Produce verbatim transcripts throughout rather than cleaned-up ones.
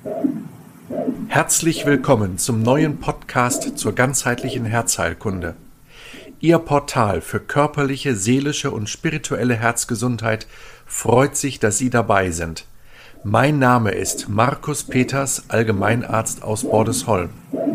Herzlich willkommen zum neuen Podcast zur ganzheitlichen Herzheilkunde. Ihr Portal für körperliche, seelische und spirituelle Herzgesundheit freut sich, dass Sie dabei sind. Mein Name ist Markus Peters, Allgemeinarzt aus Bordesholm.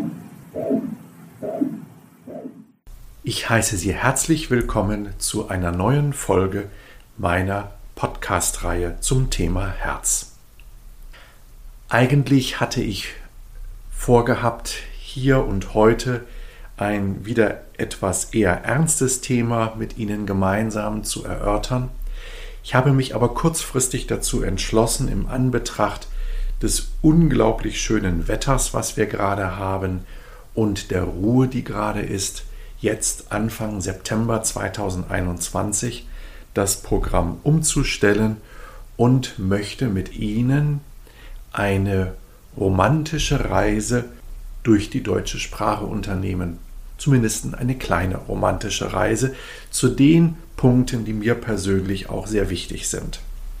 Ich heiße Sie herzlich willkommen zu einer neuen Folge meiner Podcast-Reihe zum Thema Herz. Eigentlich hatte ich vorgehabt, hier und heute ein wieder etwas eher ernstes Thema mit Ihnen gemeinsam zu erörtern. Ich habe mich aber kurzfristig dazu entschlossen, im Anbetracht des unglaublich schönen Wetters, was wir gerade haben, und der Ruhe, die gerade ist, jetzt Anfang September zweitausendeinundzwanzig das Programm umzustellen und möchte mit Ihnen eine romantische Reise durch die deutsche Sprache unternehmen. Zumindest eine kleine romantische Reise zu den Punkten, die mir persönlich auch sehr wichtig sind.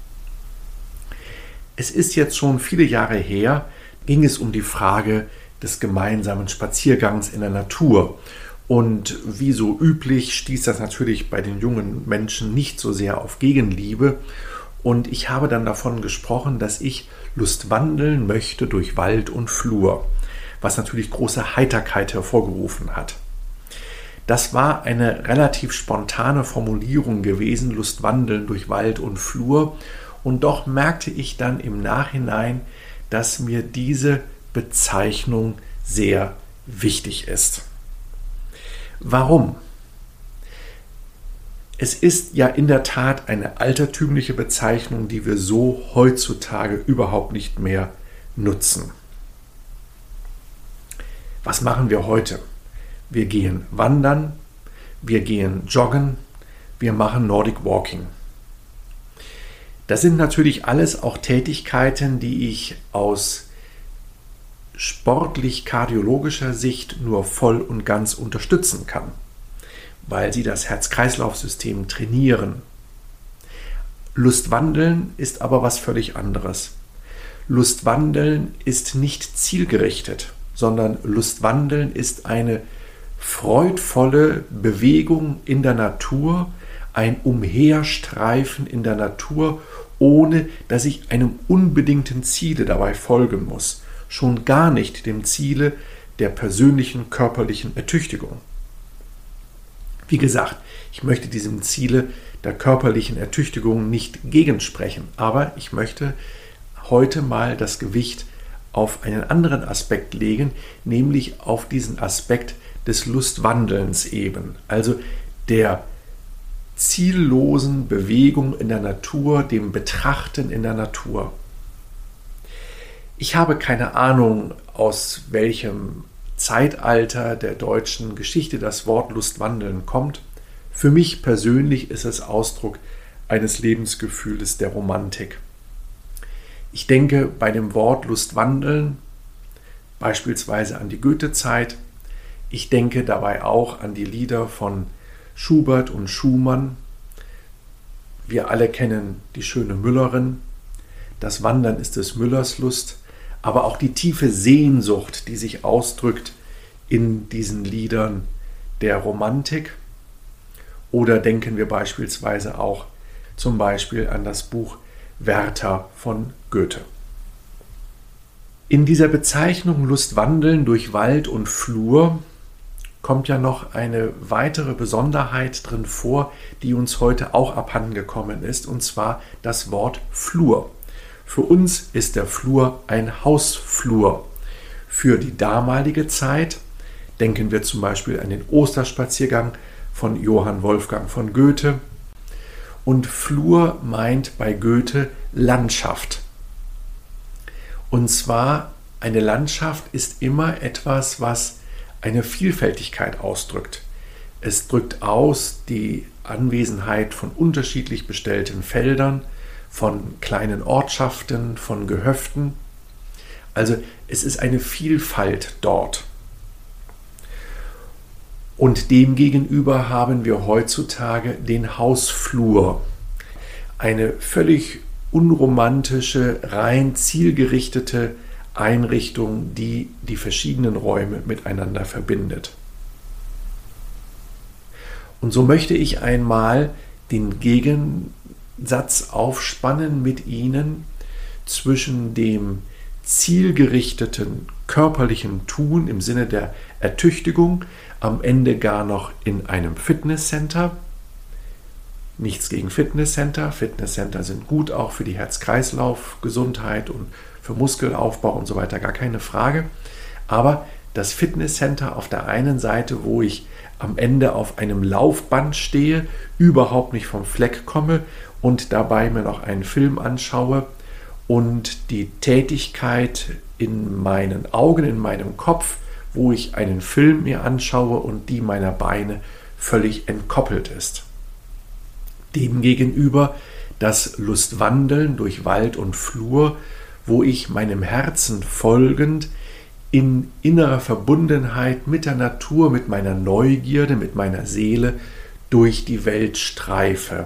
Es ist jetzt schon viele Jahre her, ging es um die Frage des gemeinsamen Spaziergangs in der Natur. Und wie so üblich stieß das natürlich bei den jungen Menschen nicht so sehr auf Gegenliebe. Und ich habe dann davon gesprochen, dass ich Lust wandeln möchte durch Wald und Flur, was natürlich große Heiterkeit hervorgerufen hat. Das war eine relativ spontane Formulierung gewesen, Lust wandeln durch Wald und Flur. Und doch merkte ich dann im Nachhinein, dass mir diese Bezeichnung sehr wichtig ist. Warum? Es ist ja in der Tat eine altertümliche Bezeichnung, die wir so heutzutage überhaupt nicht mehr nutzen. Was machen wir heute? Wir gehen wandern, wir gehen joggen, wir machen Nordic Walking. Das sind natürlich alles auch Tätigkeiten, die ich aus sportlich-kardiologischer Sicht nur voll und ganz unterstützen kann, weil sie das Herz-Kreislauf-System trainieren. Lustwandeln ist aber was völlig anderes. Lustwandeln ist nicht zielgerichtet, sondern Lustwandeln ist eine freudvolle Bewegung in der Natur, ein Umherstreifen in der Natur, ohne dass ich einem unbedingten Ziele dabei folgen muss, schon gar nicht dem Ziele der persönlichen körperlichen Ertüchtigung. Wie gesagt, ich möchte diesem Ziele der körperlichen Ertüchtigung nicht gegensprechen, aber ich möchte heute mal das Gewicht auf einen anderen Aspekt legen, nämlich auf diesen Aspekt des Lustwandelns eben, also der ziellosen Bewegung in der Natur, dem Betrachten in der Natur. Ich habe keine Ahnung, aus welchem Zeitalter der deutschen Geschichte das Wort Lustwandeln kommt. Für mich persönlich ist es Ausdruck eines Lebensgefühls der Romantik. Ich denke bei dem Wort Lustwandeln beispielsweise an die Goethe-Zeit. Ich denke dabei auch an die Lieder von Schubert und Schumann. Wir alle kennen die schöne Müllerin. Das Wandern ist des Müllers Lust. Aber auch die tiefe Sehnsucht, die sich ausdrückt in diesen Liedern der Romantik. Oder denken wir beispielsweise auch zum Beispiel an das Buch Werther von Goethe. In dieser Bezeichnung Lustwandeln durch Wald und Flur kommt ja noch eine weitere Besonderheit drin vor, die uns heute auch abhandengekommen ist, und zwar das Wort Flur. Für uns ist der Flur ein Hausflur. Für die damalige Zeit denken wir zum Beispiel an den Osterspaziergang von Johann Wolfgang von Goethe. Und Flur meint bei Goethe Landschaft. Und zwar eine Landschaft ist immer etwas, was eine Vielfältigkeit ausdrückt. Es drückt aus die Anwesenheit von unterschiedlich bestellten Feldern, von kleinen Ortschaften, von Gehöften. Also es ist eine Vielfalt dort. Und demgegenüber haben wir heutzutage den Hausflur. Eine völlig unromantische, rein zielgerichtete Einrichtung, die die verschiedenen Räume miteinander verbindet. Und so möchte ich einmal den Gegensatz aufspannen mit Ihnen zwischen dem zielgerichteten körperlichen Tun im Sinne der Ertüchtigung, am Ende gar noch in einem Fitnesscenter. Nichts gegen Fitnesscenter. Fitnesscenter sind gut auch für die Herz-Kreislauf-Gesundheit und für Muskelaufbau und so weiter, gar keine Frage. Aber das Fitnesscenter auf der einen Seite, wo ich am Ende auf einem Laufband stehe, überhaupt nicht vom Fleck komme und dabei mir noch einen Film anschaue und die Tätigkeit in meinen Augen, in meinem Kopf, wo ich einen Film mir anschaue und die meiner Beine völlig entkoppelt ist. Demgegenüber das Lustwandeln durch Wald und Flur, wo ich meinem Herzen folgend in innerer Verbundenheit mit der Natur, mit meiner Neugierde, mit meiner Seele durch die Welt streife.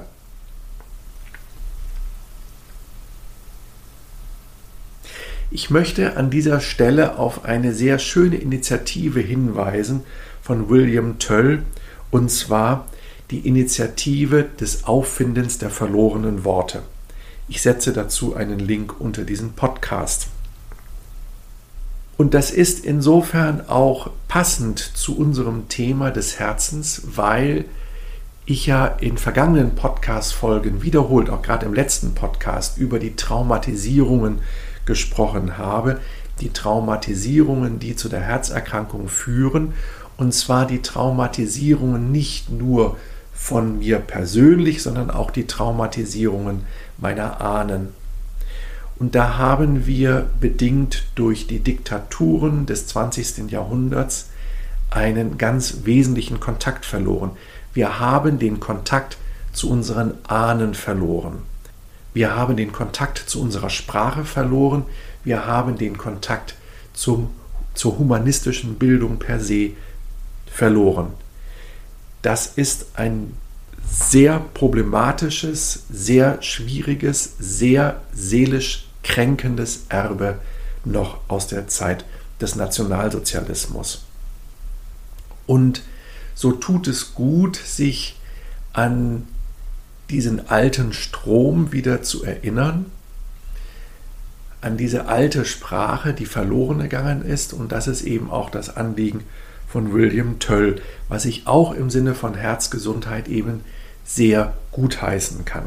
Ich möchte an dieser Stelle auf eine sehr schöne Initiative hinweisen von William Tell, und zwar die Initiative des Auffindens der verlorenen Worte. Ich setze dazu einen Link unter diesen Podcast. Und das ist insofern auch passend zu unserem Thema des Herzens, weil ich ja in vergangenen Podcast-Folgen wiederholt, auch gerade im letzten Podcast, über die Traumatisierungen gesprochen habe. Die Traumatisierungen, die zu der Herzerkrankung führen, und zwar die Traumatisierungen nicht nur von mir persönlich, sondern auch die Traumatisierungen meiner Ahnen. Und da haben wir bedingt durch die Diktaturen des zwanzigsten Jahrhunderts einen ganz wesentlichen Kontakt verloren. Wir haben den Kontakt zu unseren Ahnen verloren. Wir haben den Kontakt zu unserer Sprache verloren. Wir haben den Kontakt zum, zur humanistischen Bildung per se verloren. Das ist ein sehr problematisches, sehr schwieriges, sehr seelisch kränkendes Erbe noch aus der Zeit des Nationalsozialismus. Und so tut es gut, sich an diesen alten Strom wieder zu erinnern, an diese alte Sprache, die verloren gegangen ist, und das ist eben auch das Anliegen von William Tell, was ich auch im Sinne von Herzgesundheit eben sehr gutheißen kann.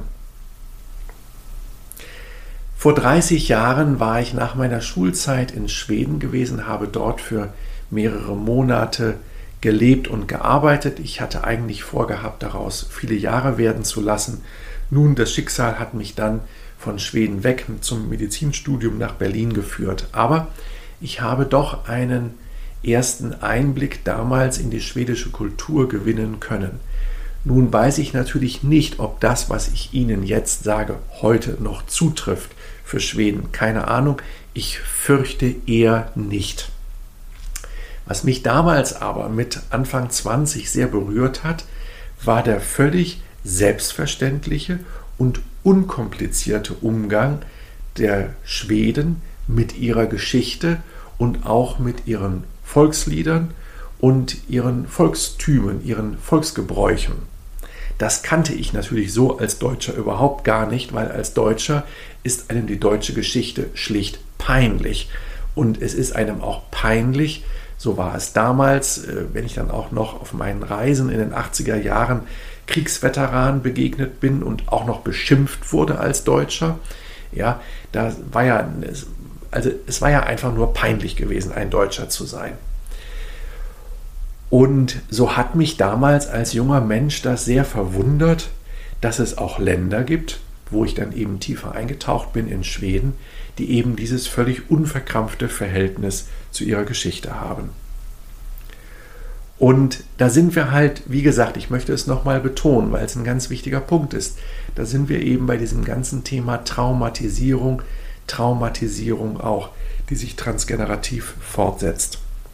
Vor dreißig Jahren war ich nach meiner Schulzeit in Schweden gewesen, habe dort für mehrere Monate gelebt und gearbeitet. Ich hatte eigentlich vorgehabt, daraus viele Jahre werden zu lassen. Nun, das Schicksal hat mich dann von Schweden weg zum Medizinstudium nach Berlin geführt. Aber ich habe doch einen ersten Einblick damals in die schwedische Kultur gewinnen können. Nun weiß ich natürlich nicht, ob das, was ich Ihnen jetzt sage, heute noch zutrifft für Schweden. Keine Ahnung, ich fürchte eher nicht. Was mich damals aber mit Anfang zwanzig sehr berührt hat, war der völlig selbstverständliche und unkomplizierte Umgang der Schweden mit ihrer Geschichte und auch mit ihren Volksliedern und ihren Volkstümen, ihren Volksgebräuchen. Das kannte ich natürlich so als Deutscher überhaupt gar nicht, weil als Deutscher ist einem die deutsche Geschichte schlicht peinlich. Und es ist einem auch peinlich, so war es damals, wenn ich dann auch noch auf meinen Reisen in den achtziger Jahren Kriegsveteranen begegnet bin und auch noch beschimpft wurde als Deutscher. Ja, da war ja, also es war ja einfach nur peinlich gewesen, ein Deutscher zu sein. Und so hat mich damals als junger Mensch das sehr verwundert, dass es auch Länder gibt, wo ich dann eben tiefer eingetaucht bin in Schweden, die eben dieses völlig unverkrampfte Verhältnis zu ihrer Geschichte haben. Und da sind wir halt, wie gesagt, ich möchte es nochmal betonen, weil es ein ganz wichtiger Punkt ist, da sind wir eben bei diesem ganzen Thema Traumatisierung, Traumatisierung auch, die sich transgenerativ fortsetzt.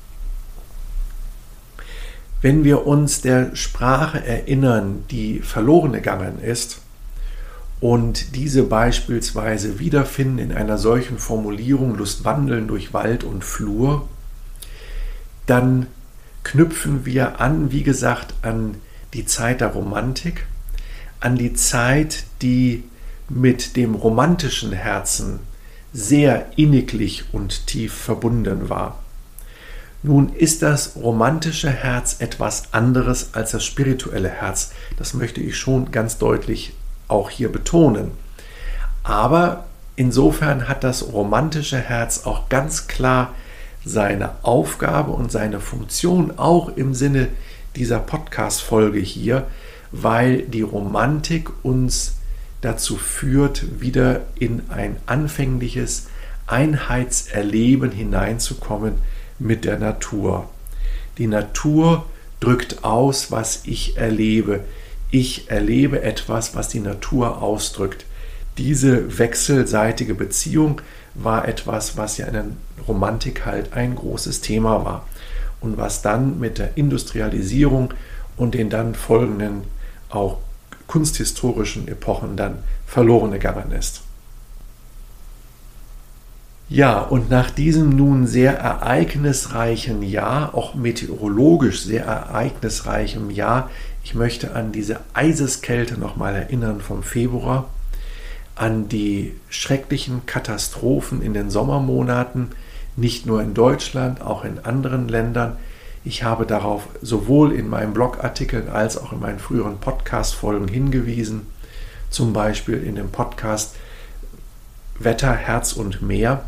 Wenn wir uns der Sprache erinnern, die verloren gegangen ist, und diese beispielsweise wiederfinden in einer solchen Formulierung, Lustwandeln durch Wald und Flur, dann knüpfen wir an, wie gesagt, an die Zeit der Romantik, an die Zeit, die mit dem romantischen Herzen sehr inniglich und tief verbunden war. Nun ist das romantische Herz etwas anderes als das spirituelle Herz. Das möchte ich schon ganz deutlich auch hier betonen. Aber insofern hat das romantische Herz auch ganz klar seine Aufgabe und seine Funktion, auch im Sinne dieser Podcast-Folge hier, weil die Romantik uns dazu führt, wieder in ein anfängliches Einheitserleben hineinzukommen mit der Natur. Die Natur drückt aus, was ich erlebe. Ich erlebe etwas, was die Natur ausdrückt. Diese wechselseitige Beziehung war etwas, was ja in der Romantik halt ein großes Thema war und was dann mit der Industrialisierung und den dann folgenden auch kunsthistorischen Epochen dann verloren gegangen ist. Ja, und nach diesem nun sehr ereignisreichen Jahr, auch meteorologisch sehr ereignisreichem Jahr, ich möchte an diese Eiseskälte nochmal erinnern vom Februar, an die schrecklichen Katastrophen in den Sommermonaten, nicht nur in Deutschland, auch in anderen Ländern. Ich habe darauf sowohl in meinen Blogartikeln als auch in meinen früheren Podcast-Folgen hingewiesen, zum Beispiel in dem Podcast Wetter, Herz und Meer,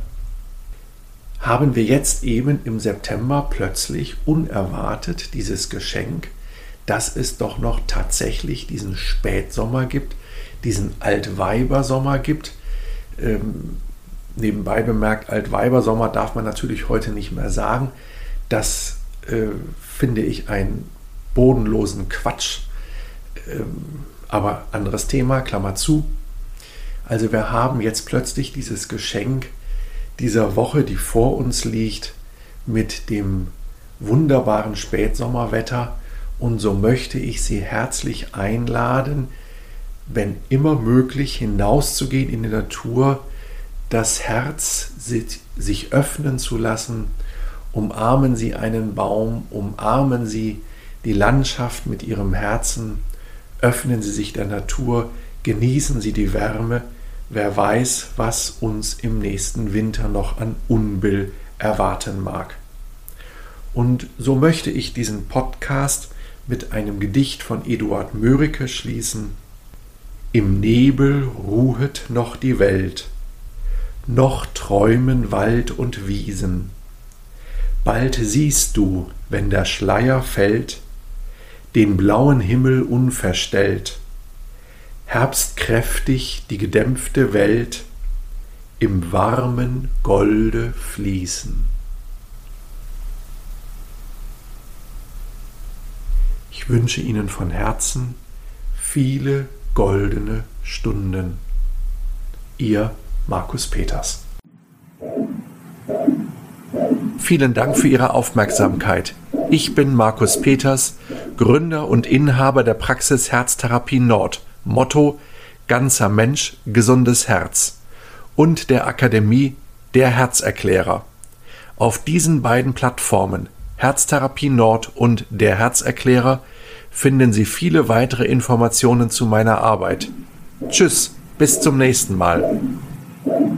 haben wir jetzt eben im September plötzlich unerwartet dieses Geschenk, dass es doch noch tatsächlich diesen Spätsommer gibt, diesen Altweibersommer gibt. Ähm, nebenbei bemerkt, Altweibersommer darf man natürlich heute nicht mehr sagen. Das äh, finde ich einen bodenlosen Quatsch. Ähm, aber anderes Thema, Klammer zu. Also wir haben jetzt plötzlich dieses Geschenk dieser Woche, die vor uns liegt, mit dem wunderbaren Spätsommerwetter. Und so möchte ich Sie herzlich einladen, wenn immer möglich, hinauszugehen in die Natur, das Herz sich öffnen zu lassen. Umarmen Sie einen Baum, umarmen Sie die Landschaft mit Ihrem Herzen, öffnen Sie sich der Natur, genießen Sie die Wärme. Wer weiß, was uns im nächsten Winter noch an Unbill erwarten mag. Und so möchte ich diesen Podcast mit einem Gedicht von Eduard Mörike schließen. Im Nebel ruhet noch die Welt, noch träumen Wald und Wiesen. Bald siehst du, wenn der Schleier fällt, den blauen Himmel unverstellt, herbstkräftig die gedämpfte Welt im warmen Golde fließen. Ich wünsche Ihnen von Herzen viele goldene Stunden. Ihr Markus Peters. Vielen Dank für Ihre Aufmerksamkeit. Ich bin Markus Peters, Gründer und Inhaber der Praxis Herztherapie Nord, Motto Ganzer Mensch, gesundes Herz, und der Akademie Der Herzerklärer. Auf diesen beiden Plattformen, Herztherapie Nord und Der Herzerklärer, finden Sie viele weitere Informationen zu meiner Arbeit. Tschüss, bis zum nächsten Mal.